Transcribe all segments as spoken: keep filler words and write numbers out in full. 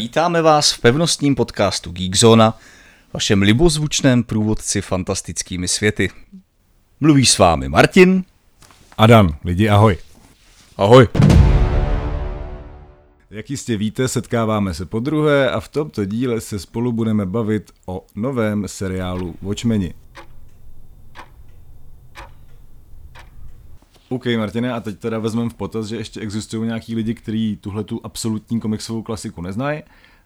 Vítáme vás v pevnostním podcastu Geekzona, vašem libozvučném průvodci fantastickými světy. Mluví s vámi Martin. Adam, lidi ahoj. Ahoj. Jak jistě víte, setkáváme se podruhé a v tomto díle se spolu budeme bavit o novém seriálu Watchmeni. OK, Martine, a teď teda vezmeme v potaz, že ještě existují nějaký lidi, kteří tuhletu absolutní komiksovou klasiku neznají.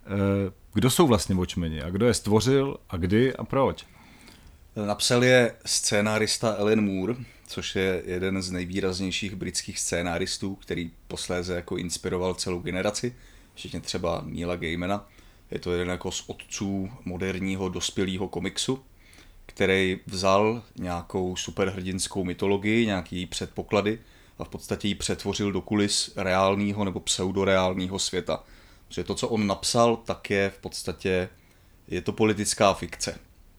Kdo jsou vlastně Watchmeni a kdo je stvořil a kdy a proč? Napsal je scénárista Alan Moore, což je jeden z nejvýraznějších britských scénáristů, který posléze jako inspiroval celou generaci, včetně třeba Neila Gaimana. Je to jeden jako z otců moderního dospělého komiksu, který vzal nějakou superhrdinskou mytologii, nějaký předpoklady a v podstatě ji přetvořil do kulis reálného nebo pseudoreálního světa. Protože to, co on napsal, tak je v podstatě, je to politická fikce.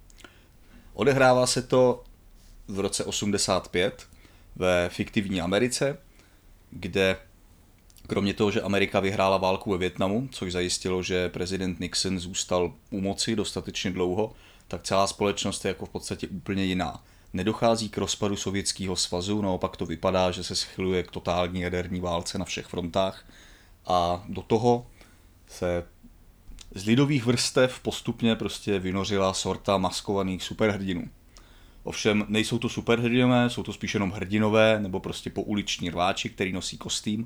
Odehrává se to v roce osmdesát pět ve fiktivní Americe, kde kromě toho, že Amerika vyhrála válku ve Vietnamu, což zajistilo, že prezident Nixon zůstal u moci dostatečně dlouho, tak celá společnost je jako v podstatě úplně jiná. Nedochází k rozpadu Sovětského svazu, naopak to vypadá, že se schyluje k totální jaderní válce na všech frontách a do toho se z lidových vrstev postupně prostě vynořila sorta maskovaných superhrdinů. Ovšem nejsou to superhrdinové, jsou to spíš jenom hrdinové nebo prostě pouliční rváči, který nosí kostým.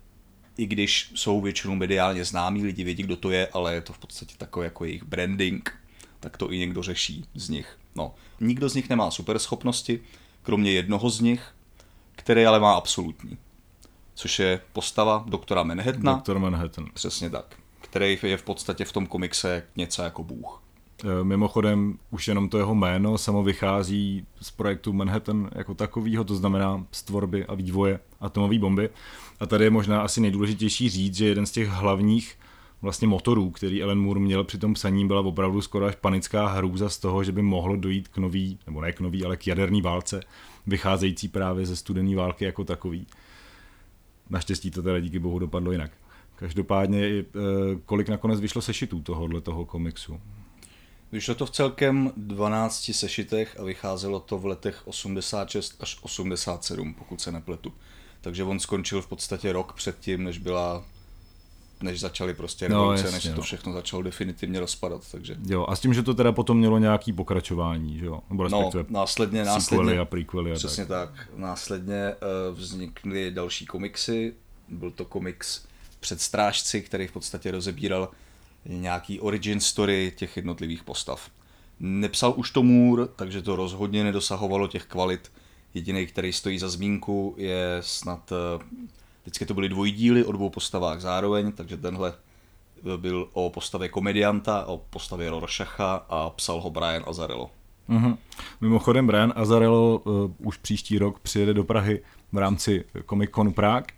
I když jsou většinou mediálně známí, lidi vědí, kdo to je, ale je to v podstatě takový jako jejich branding, tak to i někdo řeší z nich. No, nikdo z nich nemá superschopnosti, kromě jednoho z nich, který ale má absolutní. Což je postava doktora Manhattana. Doktor Manhattan. Přesně tak. Který je v podstatě v tom komikse něco jako bůh. Mimochodem, už jenom to jeho jméno samo vychází z projektu Manhattan jako takovýho, to znamená z tvorby a vývoje atomové bomby. A tady je možná asi nejdůležitější říct, že jeden z těch hlavních vlastně motorů, který Alan Moore měl při tom psaní, byla opravdu skoro až panická hrůza z toho, že by mohlo dojít k nový, nebo ne k nový, ale k jaderní válce, vycházející právě ze studené války jako takový. Naštěstí to teda díky bohu dopadlo jinak. Každopádně, kolik nakonec vyšlo sešitů tohohle toho komiksu? Vyšlo to v celkem dvanácti sešitech a vycházelo to v letech osmdesát šest až osmdesát sedm, pokud se nepletu. Takže on skončil v podstatě rok předtím, než byla, než začaly prostě revoluce, no, než se to všechno začalo definitivně rozpadat. Takže... Jo, a s tím, že to teda potom mělo nějaký pokračování, že jo? Nebo no, následně, následně, a prequely a přesně tak. tak. Následně uh, vznikly další komiksy, byl to komiks Předstrážci, který v podstatě rozebíral nějaký origin story těch jednotlivých postav. Nepsal už to Moore, takže to rozhodně nedosahovalo těch kvalit. Jediný, který stojí za zmínku, je snad, vždycky to byly dvojdíly o dvou postavách zároveň, takže tenhle byl o postavě komedianta, o postavě Rorschacha a psal ho Brian Azzarello. Mm-hmm. Mimochodem Brian Azzarello uh, už příští rok přijede do Prahy v rámci Comic Conu Prague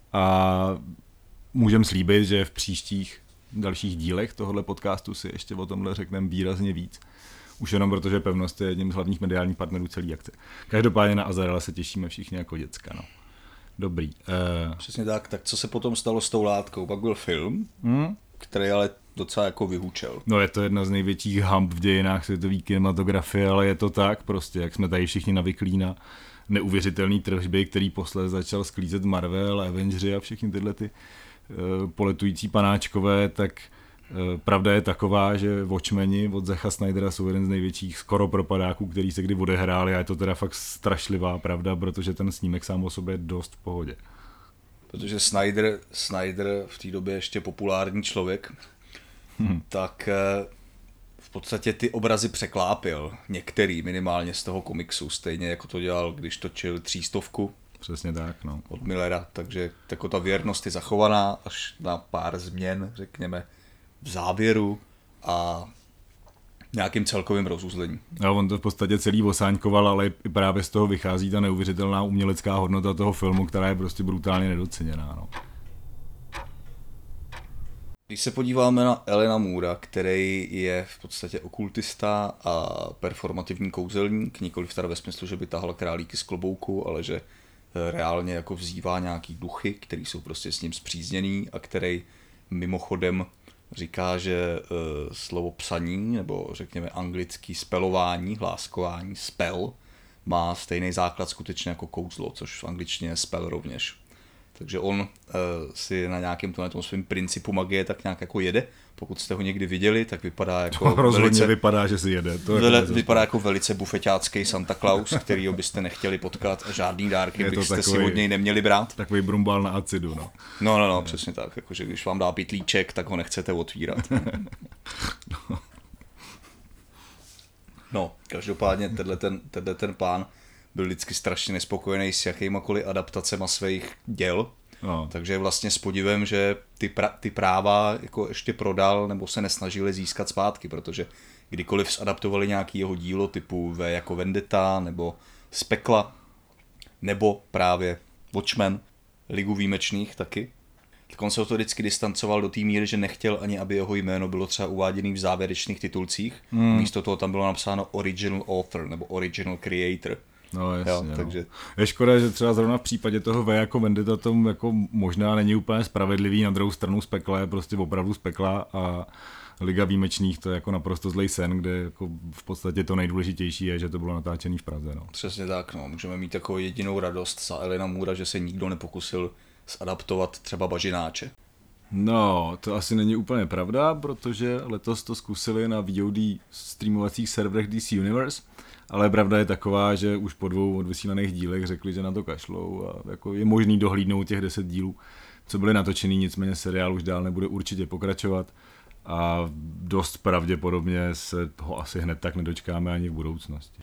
a můžem slíbit, že v příštích dalších dílech tohohle podcastu si ještě o tomhle řekneme výrazně víc. Už jenom protože Pevnost je jedním z hlavních mediálních partnerů celé akce. Každopádně na Azzarella se těšíme všichni jako děcka. No. Dobrý. Uh... Přesně tak. Tak co se potom stalo s tou látkou? Pak byl film, hmm? který ale docela jako vyhučel. No je to jedna z největších hamb v dějinách světové kinematografie, ale je to tak prostě, jak jsme tady všichni navyklí na neuvěřitelný tržby, který posledně začal sklízet Marvel, Avengers a všechny tyhle ty poletující panáčkové, tak pravda je taková, že Watchmeni od Zacka Snydera jsou jeden z největších skoro propadáků, který se kdy odehráli a je to teda fakt strašlivá pravda, protože ten snímek sám o sobě je dost v pohodě. Protože Snyder, Snyder v té době ještě populární člověk, hmm. tak v podstatě ty obrazy překlápil, některý minimálně z toho komiksu, stejně jako to dělal, když točil třístovku. Přesně tak, no. Od Millera, takže jako ta věrnost je zachovaná až na pár změn, řekněme, v závěru a nějakým celkovým rozuzlení. No, on to v podstatě celý osáňkoval, ale i právě z toho vychází ta neuvěřitelná umělecká hodnota toho filmu, která je prostě brutálně nedoceněná, no. Když se podíváme na Alana Moora, který je v podstatě okultista a performativní kouzelník, nikoliv teda ve smyslu, že by tahal králíky z klobouku, ale že reálně jako vzývá nějaký duchy, který jsou prostě s ním spřízněný a který mimochodem říká, že uh, slovo psaní, nebo řekněme anglický spelování, hláskování, spell, má stejný základ skutečně jako kouzlo, což v angličtině je spell rovněž. Takže on uh, si na nějakém tom svém principu magie tak nějak jako jede. Pokud jste ho někdy viděli, tak vypadá jako to rozhodně velice, vypadá, že si jede. To vele, vypadá jako velice bufeťácký Santa Claus, kterýho byste nechtěli potkat a žádný dárky byste takový, si od něj neměli brát. Takový brumbál na acidu, no. No, no, no, přesně tak. Jakože když vám dá pytlíček, tak ho nechcete otvírat. no. no, každopádně tenhle ten, tenhle ten pán byl vždycky strašně nespokojený s jakýmakoliv adaptacema svých děl. No. Takže je vlastně s podivem, že ty, pra, ty práva jako ještě prodal nebo se nesnažili získat zpátky, protože kdykoliv zadaptovali nějaký jeho dílo typu V jako Vendetta nebo z Pekla nebo právě Watchmen, Ligu výjimečných taky, tak on se o to vždycky distancoval do té míry, že nechtěl ani, aby jeho jméno bylo třeba uváděné v závěrečných titulcích. Hmm. Místo toho tam bylo napsáno Original Author nebo Original Creator. No jasně, jo, no. Takže... Je škoda, že třeba zrovna v případě toho V jako Vendetta tom jako možná není úplně spravedlivý, na druhou stranu z pekla je prostě opravdu z pekla a Liga výjimečných to je jako naprosto zlej sen, kde jako v podstatě to nejdůležitější je, že to bylo natáčené v Praze. No. Přesně tak, no. Můžeme mít takovou jedinou radost za Alana Moora, že se nikdo nepokusil zadaptovat třeba Bažináče. No, to asi není úplně pravda, protože letos to zkusili na V O D streamovacích serverech D C Universe, ale pravda je taková, že už po dvou odvysílaných dílech řekli, že na to kašlou a jako je možný dohlídnout těch deset dílů, co byly natočený, nicméně seriál už dál nebude určitě pokračovat a dost pravděpodobně se ho asi hned tak nedočkáme ani v budoucnosti.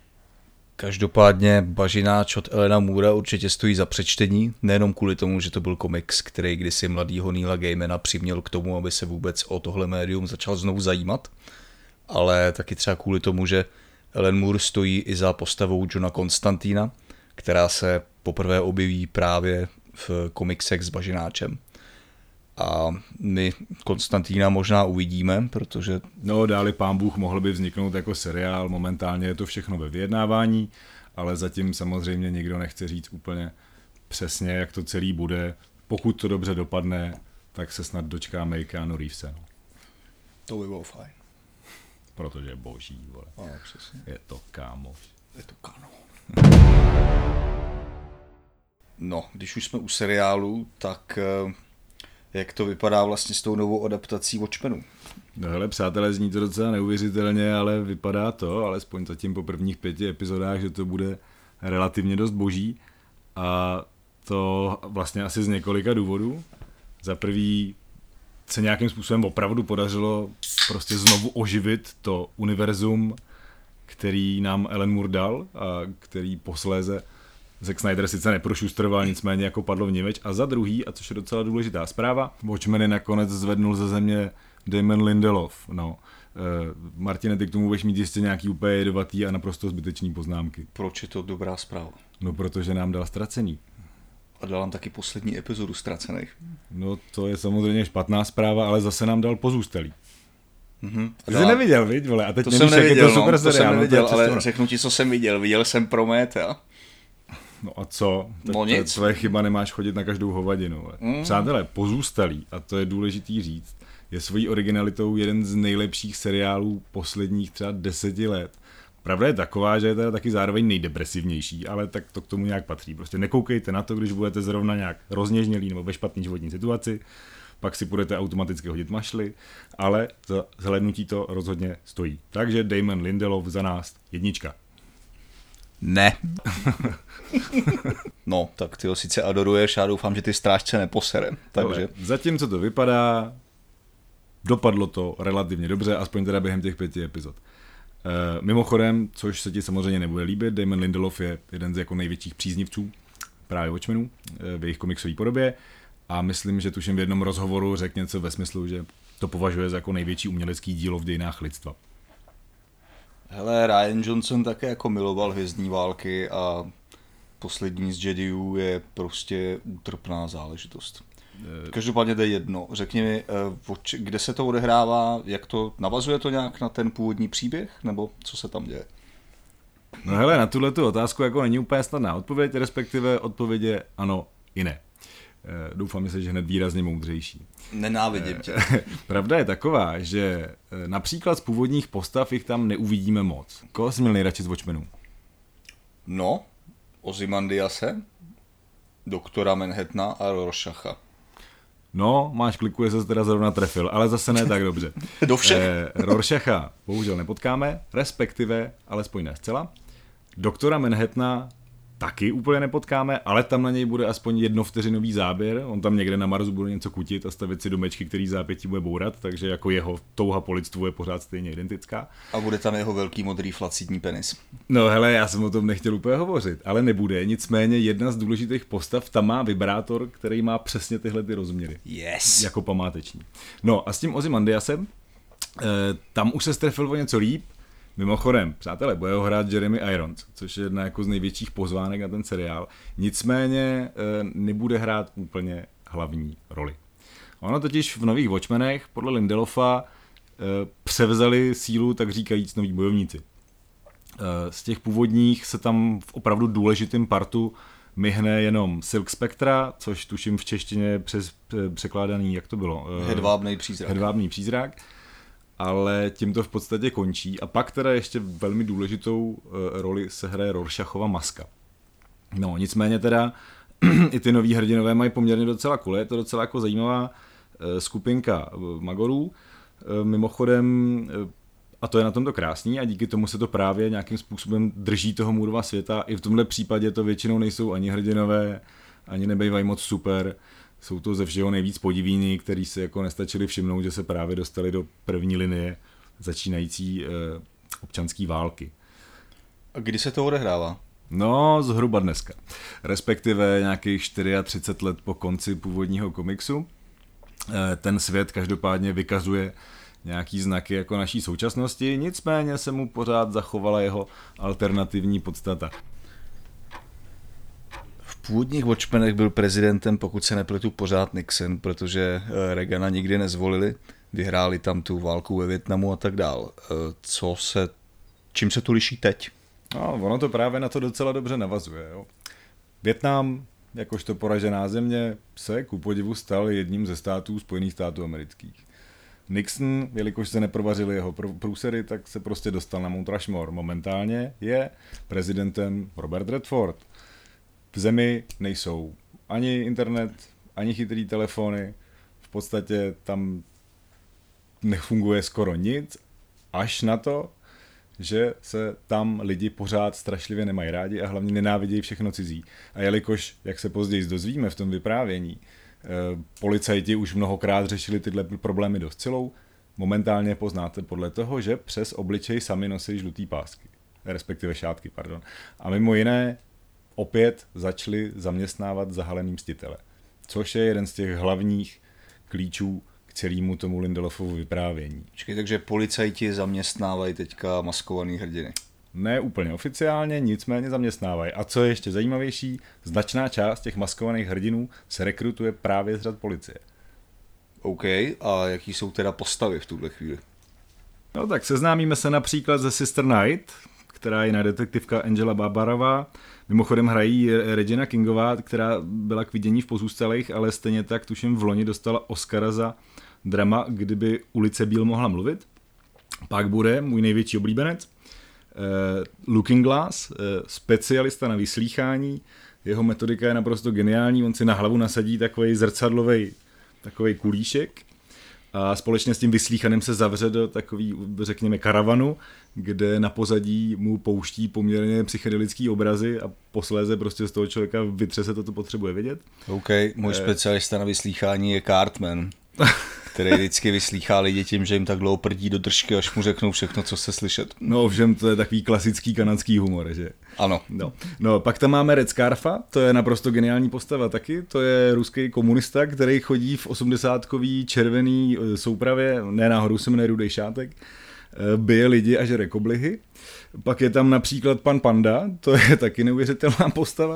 Každopádně Bažináč od Alana Moora určitě stojí za přečtení, nejenom kvůli tomu, že to byl komiks, který kdysi mladýho Neila Gaimana přiměl k tomu, aby se vůbec o tohle médium začal znovu zajímat, ale taky třeba kvůli tomu, že Alan Moore stojí i za postavou Johna Konstantina, která se poprvé objeví právě v komiksech s Bažináčem. A my Konstantína možná uvidíme, protože... No, dáli pán Bůh mohl by vzniknout jako seriál, momentálně je to všechno ve vyjednávání, ale zatím samozřejmě nikdo nechce říct úplně přesně, jak to celý bude. Pokud to dobře dopadne, tak se snad dočkáme i Keanu Reevese. No. To by bylo fajn. Protože je boží, vole. No, přesně. Je to kámoš. Je to káno. No, když už jsme u seriálu, tak... Jak to vypadá vlastně s tou novou adaptací Watchmenu? No hele, přátelé, zní to docela neuvěřitelně, ale vypadá to, alespoň zatím po prvních pěti epizodách, že to bude relativně dost boží. A to vlastně asi z několika důvodů. Za prvý se nějakým způsobem opravdu podařilo prostě znovu oživit to univerzum, který nám Alan Moore dal a který posléze Zack Snyder sice neprošustroval, nicméně jako padlo v němeč. A za druhý, a což je docela důležitá zpráva, Watchmeny nakonec zvednul ze země Damon Lindelof. No. E, Martine, ty k tomu budeš mít jistě nějaký úplně jedovatý a naprosto zbytečný poznámky. Proč je to dobrá zpráva? No, protože nám dal Ztracený. A dal nám taky poslední epizodu Ztracených. No, to je samozřejmě špatná zpráva, ale zase nám dal Pozůstalý. Mm-hmm. Ty jsi neviděl, viď, vole? A teď to jsem neviděl, to, super no, to jsem neviděl, no, ale řeknu ti, co jsem viděl. Viděl jsem Prométea. No a co? Tak no nic. Tvoje chyba, nemáš chodit na každou hovadinu. Mm. Přátelé, Pozůstalý, a to je důležitý říct, je svojí originalitou jeden z nejlepších seriálů posledních třeba deseti let. Pravda je taková, že je teda taky zároveň nejdepresivnější, ale tak to k tomu nějak patří. Prostě nekoukejte na to, když budete zrovna nějak rozněžnělí nebo ve špatné životní situaci, pak si budete automaticky hodit mašly, ale za zhlédnutí to rozhodně stojí. Takže Damon Lindelof za nás jednička. Ne. No, tak ty ho sice adoruješ, já doufám, že ty strážce neposerem. Takže... Zatímco to vypadá, dopadlo to relativně dobře, aspoň teda během těch pěti epizod. E, mimochodem, což se ti samozřejmě nebude líbit, Damon Lindelof je jeden z jako největších příznivců právě Watchmenů e, v jejich komiksové podobě a myslím, že tuším v jednom rozhovoru řekl něco ve smyslu, že to považuje za jako největší umělecký dílo v dějinách lidstva. Hele, Rian Johnson také jako miloval Hvězdní války a poslední z Jediů je prostě útrpná záležitost. Každopádně to je jedno. Řekni mi, kde se to odehrává, jak to, navazuje to nějak na ten původní příběh, nebo co se tam děje? No hele, na tuhletu otázku jako není úplně snadná odpověď, respektive odpověď je ano i ne. Doufám, že jsi hned výrazně moudřejší. Nenávidím tě. Pravda je taková, že například z původních postav jich tam neuvidíme moc. Koho jsi měl nejradši z Watchmenů? No, Ozymandiase, doktora Manhattana a Rorschacha. No, máš kliku, že se teda zrovna trefil, ale zase ne tak dobře. Do všech. Eh, Rorschacha bohužel nepotkáme, respektive, alespoň ne zcela. Doktora Manhattana taky úplně nepotkáme, ale tam na něj bude aspoň jednovteřinový záběr. On tam někde na Marsu bude něco kutit a stavit si domečky, který zápětí bude bourat, takže jako jeho touha po lidstvu je pořád stejně identická. A bude tam jeho velký modrý flacítní penis. No hele, já jsem o tom nechtěl úplně hovořit, ale nebude. Nicméně jedna z důležitých postav tam má vibrátor, který má přesně tyhle ty rozměry. Yes. Jako památeční. No a s tím Ozymandiasem, eh, tam už se strefil o něco líp. Mimochodem, přátelé, bude ho hrát Jeremy Irons, což je jedna jako z největších pozvánek na ten seriál. Nicméně e, nebude hrát úplně hlavní roli. Ono totiž v nových Watchmenech podle Lindelofa e, převzali sílu, tak říkajíc, noví bojovníci. E, z těch původních se tam v opravdu důležitým partu myhne jenom Silk Spectra, což tuším v češtině přes překládaný, jak to bylo? E, Hedvábný přízrak. Hedvábný přízrak. Ale tím to v podstatě končí. A pak teda ještě velmi důležitou roli se hraje Rorschachova maska. No, nicméně teda i ty noví hrdinové mají poměrně docela cool. Je to docela jako zajímavá skupinka magorů. Mimochodem, a to je na tomto krásný a díky tomu se to právě nějakým způsobem drží toho Moorova světa. I v tomhle případě to většinou nejsou ani hrdinové, ani nebejvají moc super. Jsou to ze všeho nejvíc podivíny, který se jako nestačili všimnout, že se právě dostali do první linie začínající e, občanské války. A kdy se to odehrává? No, zhruba dneska. Respektive nějakých třicet čtyři let po konci původního komiksu. E, ten svět každopádně vykazuje nějaký znaky jako naší současnosti, nicméně se mu pořád zachovala jeho alternativní podstata. V původních Watchmenech byl prezidentem, pokud se nepletu, pořád Nixon, protože Reagana nikdy nezvolili, vyhráli tam tu válku ve Vietnamu a tak dál. Co se, čím se tu liší teď? No, ono to právě na to docela dobře navazuje. Jo. Vietnam, jakožto poražená země, se ku podivu stal jedním ze států Spojených států amerických. Nixon, jelikož se neprovařili jeho průsery, tak se prostě dostal na Mount Rushmore. Momentálně je prezidentem Robert Redford. V zemi nejsou ani internet, ani chytrý telefony, v podstatě tam nefunguje skoro nic, až na to, že se tam lidi pořád strašlivě nemají rádi a hlavně nenávidějí všechno cizí. A jelikož, jak se později dozvíme v tom vyprávění, policajti už mnohokrát řešili tyhle problémy dost silou, momentálně poznáte podle toho, že přes obličej sami nosí žlutý pásky, respektive šátky, pardon. A mimo jiné opět začali zaměstnávat zahalený mstitele, což je jeden z těch hlavních klíčů k celému tomu Lindelofovu vyprávění. Počkej, takže policajti zaměstnávají teďka maskovaný hrdiny. Ne úplně oficiálně, nicméně zaměstnávají. A co je ještě zajímavější, značná část těch maskovaných hrdinů se rekrutuje právě z řad policie. OK, a jaký jsou teda postavy v tuhle chvíli? No tak seznámíme se například ze Sister Night, která je jiná detektivka Angela Barbarová. Mimochodem hrají Regina Kingová, která byla k vidění v Pozůstalých, ale stejně tak tuším v loni dostala Oscara za drama Kdyby ulice Bíl mohla mluvit. Pak bude můj největší oblíbenec, uh, Looking Glass, uh, specialista na vyslýchání. Jeho metodika je naprosto geniální, on si na hlavu nasadí takovej zrcadlovej takovej kulíšek a společně s tím vyslíchaným se zavře do takový, řekněme, karavanu, kde na pozadí mu pouští poměrně psychedelický obrazy a posléze prostě z toho člověka vytřese to, co potřebuje vědět. OK, můj specialista na vyslýchání je Cartman, který vždycky vyslýchá lidi tím, že jim tak dlouho prdí do držky, až mu řeknou všechno, co chce slyšet. No ovšem, to je takový klasický kanadský humor, že? Ano. No. no, pak tam máme Red Scarfa, to je naprosto geniální postava taky, to je ruský komunista, který chodí v osmdesátkový červený soupravě, ne náhodou se jmenuje Rudej šátek, bije lidi a žere koblihy. Pak je tam například pan Panda, to je taky neuvěřitelná postava.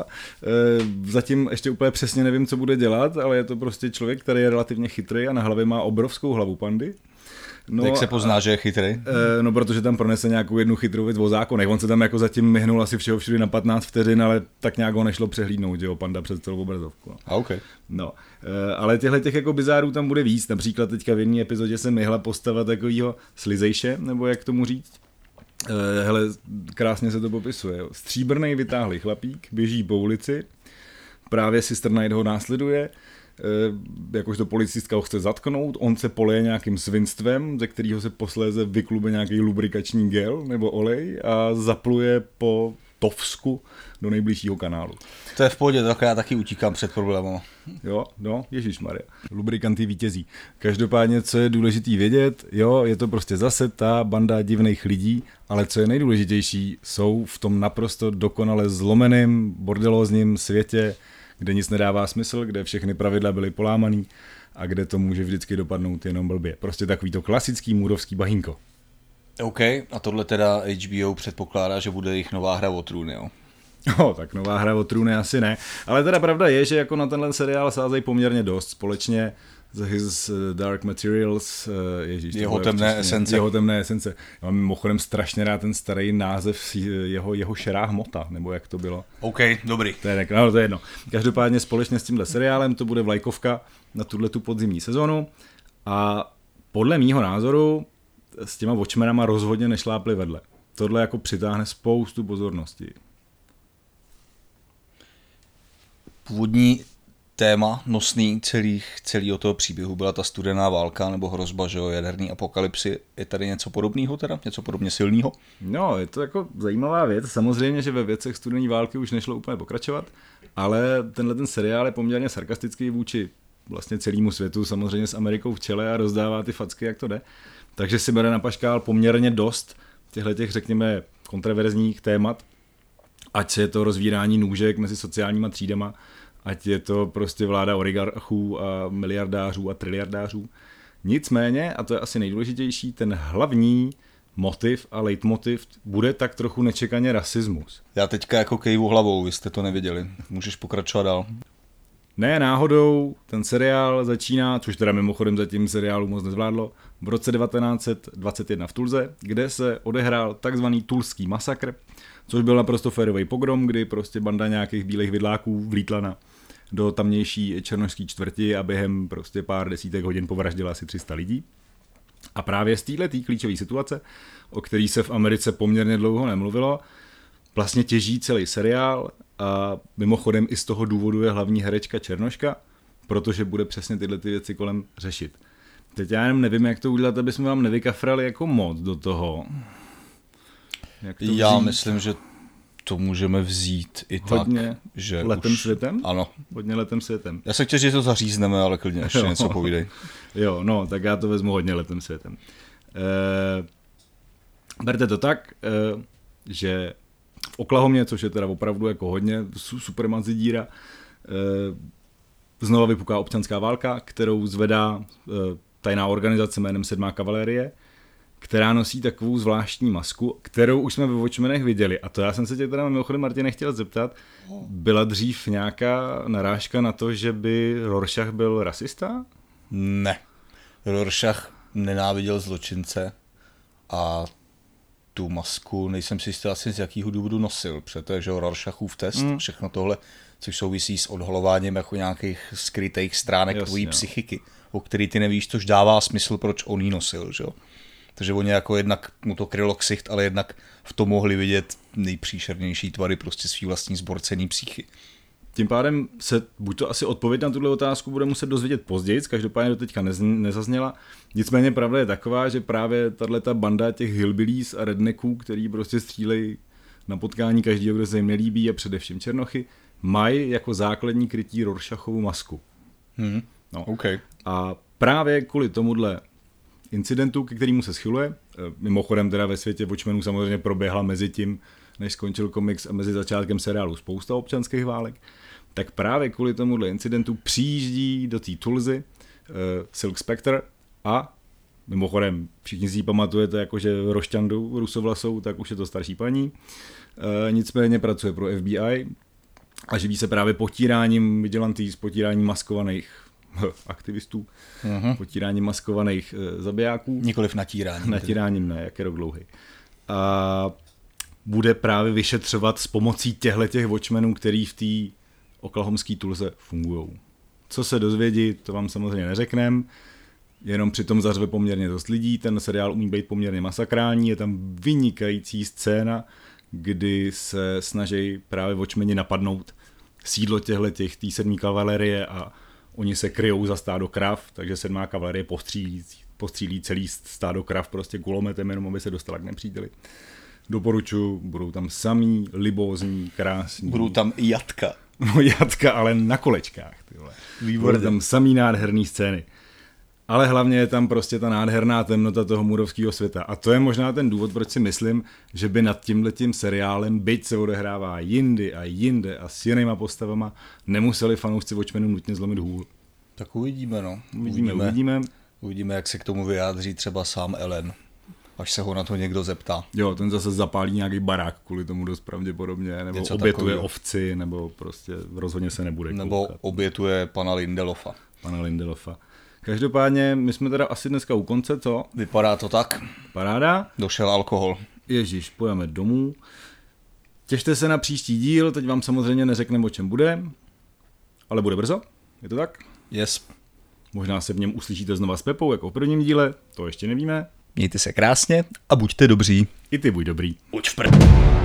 Zatím ještě úplně přesně nevím, co bude dělat, ale je to prostě člověk, který je relativně chytrý a na hlavě má obrovskou hlavu pandy. No, jak se pozná, a, že je chytrý? E, no, protože tam pronese nějakou jednu chytrou věc o zákonech. On se tam jako zatím myhnul asi všeho všude na patnáct vteřin, ale tak nějak ho nešlo přehlídnout, že jo, Panda přes celou obrazovku. No. A okay. No, e, ale těchto těch jako bizárů tam bude víc. Například teďka v jedné epizodě se myhla postava takovýho slizejše, nebo jak tomu říct. E, hele, krásně se to popisuje. Jo. Stříbrnej vytáhlý chlapík, běží po ulici, právě Sister Night ho následuje, e, jakožto policistka ho chce zatknout, on se poleje nějakým svinstvem, ze kterého se posléze vyklube nějaký lubrikační gel nebo olej a zapluje po Tovsku do nejbližšího kanálu. To je v pohodě, tak já taky utíkám před problémem. Jo, no, ježišmarja. Lubrikanty vítězí. Každopádně, co je důležitý vědět, jo, je to prostě zase ta banda divných lidí, ale co je nejdůležitější, jsou v tom naprosto dokonale zlomeném, bordelózním světě, kde nic nedává smysl, kde všechny pravidla byly polámaný a kde to může vždycky dopadnout jenom blbě. Prostě takový to klasický můrovský bahínko. OK, a tohle teda H B O předpokládá, že bude jejich nová hra o trůny, jo? No, tak nová hra o trůny asi ne. Ale teda pravda je, že jako na tenhle seriál sázejí poměrně dost. Společně s His Dark Materials, ježíš, jeho temné esence. Jeho temné esence. Já mám mimochodem strašně rád ten starý název jeho, jeho šerá hmota, nebo jak to bylo. OK, dobrý. To je, no, to je jedno. Každopádně společně s tímhle seriálem to bude vlajkovka na tuhletu podzimní sezonu a podle mýho názoru s těma Watchmenama rozhodně nešlápli vedle. Tohle jako přitáhne spoustu pozornosti. Původní téma nosný celých, celého toho příběhu byla ta studená válka nebo hrozba, že jo, jaderný apokalypsy. Je tady něco podobného teda? Něco podobně silného? No, je to jako zajímavá věc. Samozřejmě, že ve věcech studené války už nešlo úplně pokračovat, ale tenhle ten seriál je poměrně sarkastický vůči vlastně celému světu, samozřejmě s Amerikou v čele a rozdává ty facky, jak to jde. Takže si bere na paškál poměrně dost těchto těch, řekněme, kontroverzních témat, ať je to rozvírání nůžek mezi sociálníma třídama, ať je to prostě vláda oligarchů a miliardářů a triliardářů. Nicméně, a to je asi nejdůležitější, ten hlavní motiv a leitmotiv bude tak trochu nečekaně rasismus. Já teďka jako kejvu hlavou, vy jste to neviděli. Můžeš pokračovat dál. Ne náhodou, ten seriál začíná, což teda mimochodem zatím seriálu moc nezvládlo, v roce devatenáct set dvacet jedna v Tulze, kde se odehrál takzvaný tulský masakr, což byl naprosto férový pogrom, kdy prostě banda nějakých bílých vidláků vlítla na, do tamnější černošské čtvrti a během prostě pár desítek hodin povraždila asi tři sta lidí. A právě z této klíčové situace, o který se v Americe poměrně dlouho nemluvilo, vlastně těží celý seriál a mimochodem i z toho důvodu je hlavní herečka Černoška, protože bude přesně tyhle ty věci kolem řešit. Teď já jenom nevím, jak to udělat, aby jsme vám nevykafrali jako moc do toho. Jak to já vzít? Myslím, že to můžeme vzít i hodně tak, že letem už... světem? Ano. Hodně letem světem. Já se chtěl, že to zařízneme, ale klidně ještě jo. něco povídej. Jo, no, tak já to vezmu hodně letem světem. E, berte to tak, e, že v Oklahomě, což je teda opravdu jako hodně super mazidíra, e, znova vypuká občanská válka, kterou zvedá e, tajná organizace jménem Sedmá kavalérie, která nosí takovou zvláštní masku, kterou už jsme ve Watchmenech viděli. A to já jsem se tě teda mimochodem, Martine, chtěl zeptat. Byla dřív nějaká narážka na to, že by Rorschach byl rasista? Ne. Rorschach nenáviděl zločince a tu masku, nejsem si jistý asi z jakého důvodu nosil, protože Rorschachův test, mm. všechno tohle, což souvisí s odhalováním jako nějakých skrytých stránek Jasně, tvojí psychiky, o který ty nevíš, což dává smysl, proč on jí nosil, že jo. Takže oni jako jednak mu to krylo ksicht, ale jednak v tom mohli vidět nejpříšernější tvary prostě svý vlastní zborcený psychy. Tím pádem se buď to asi odpověď na tuhle otázku bude muset dozvědět později, každopádně do teďka nez, nezazněla. Nicméně pravda je taková, že právě tato banda těch hillbillies a rednecků, který prostě střílejí na potkání každého, kdo se jim nelíbí a především černochy, mají jako základní krytí Rorschachovou masku. Hmm. No. Okay. A právě kvůli tomuhle incidentu, ke kterému se schyluje, mimochodem teda ve světě Watchmenů samozřejmě proběhla mezi tím, než skončil komiks a mezi začátkem seriálu spousta občanských válek, tak právě kvůli tomuhle incidentu přijíždí do té Tulzy uh, Silk Spectre a mimochodem všichni si ji pamatujete, jakože Rošťandu rusovlasou, tak už je to starší paní, uh, nicméně pracuje pro F B I a živí se právě potíráním vigilantí, s potíráním maskovaných aktivistů, uh-huh. potíráním maskovaných e, zabijáků. Nikoliv natíráním. Natíráním ne, jak je rok dlouhý. A bude právě vyšetřovat s pomocí těchto těch watchmenů, který v té oklahomské Tulse fungují. Co se dozvědí, to vám samozřejmě neřeknem, jenom přitom zařve poměrně dost lidí, ten seriál umí být poměrně masakrální, je tam vynikající scéna, kdy se snaží právě watchmeni napadnout sídlo těchto těch tý sedmý kavalerie a oni se kryjou za stádo krav, takže sedmá kavalerie postřílí, postřílí celý stádo krav prostě kulometem, jenom aby se dostala k nepříteli. Doporučuji, budou tam samý, libózní, krásní. Budou tam i jatka. No jatka, ale na kolečkách. Tyhle. Budou tam samý nádherný scény. Ale hlavně je tam prostě ta nádherná temnota toho můrovského světa. A to je možná ten důvod, proč si myslím, že by nad tímhletím seriálem, byť se odehrává jindy a jinde a s jinýma postavama, nemuseli fanoušci Watchmenů nutně zlomit hůl. Tak uvidíme, no. Uvidíme, uvidíme. Uvidíme, uvidíme jak se k tomu vyjádří třeba sám Ellen, až se ho na to někdo zeptá. Jo, ten zase zapálí nějaký barák kvůli tomu dost pravděpodobně, nebo něco obětuje takový, ovci, nebo prostě rozhodně se nebude Nebo koukat. obětuje pana Lindelofa. Pana Lindelofa. Každopádně, my jsme teda asi dneska u konce, co? Vypadá to tak. Paráda. Došel alkohol. Ježíš, pojďme domů. Těšte se na příští díl, teď vám samozřejmě neřekneme, o čem bude, ale bude brzo, je to tak? Yes. Možná se v něm uslyšíte znova s Pepou, jako v prvním díle, to ještě nevíme. Mějte se krásně a buďte dobří. I ty buď dobrý. Buď v prd.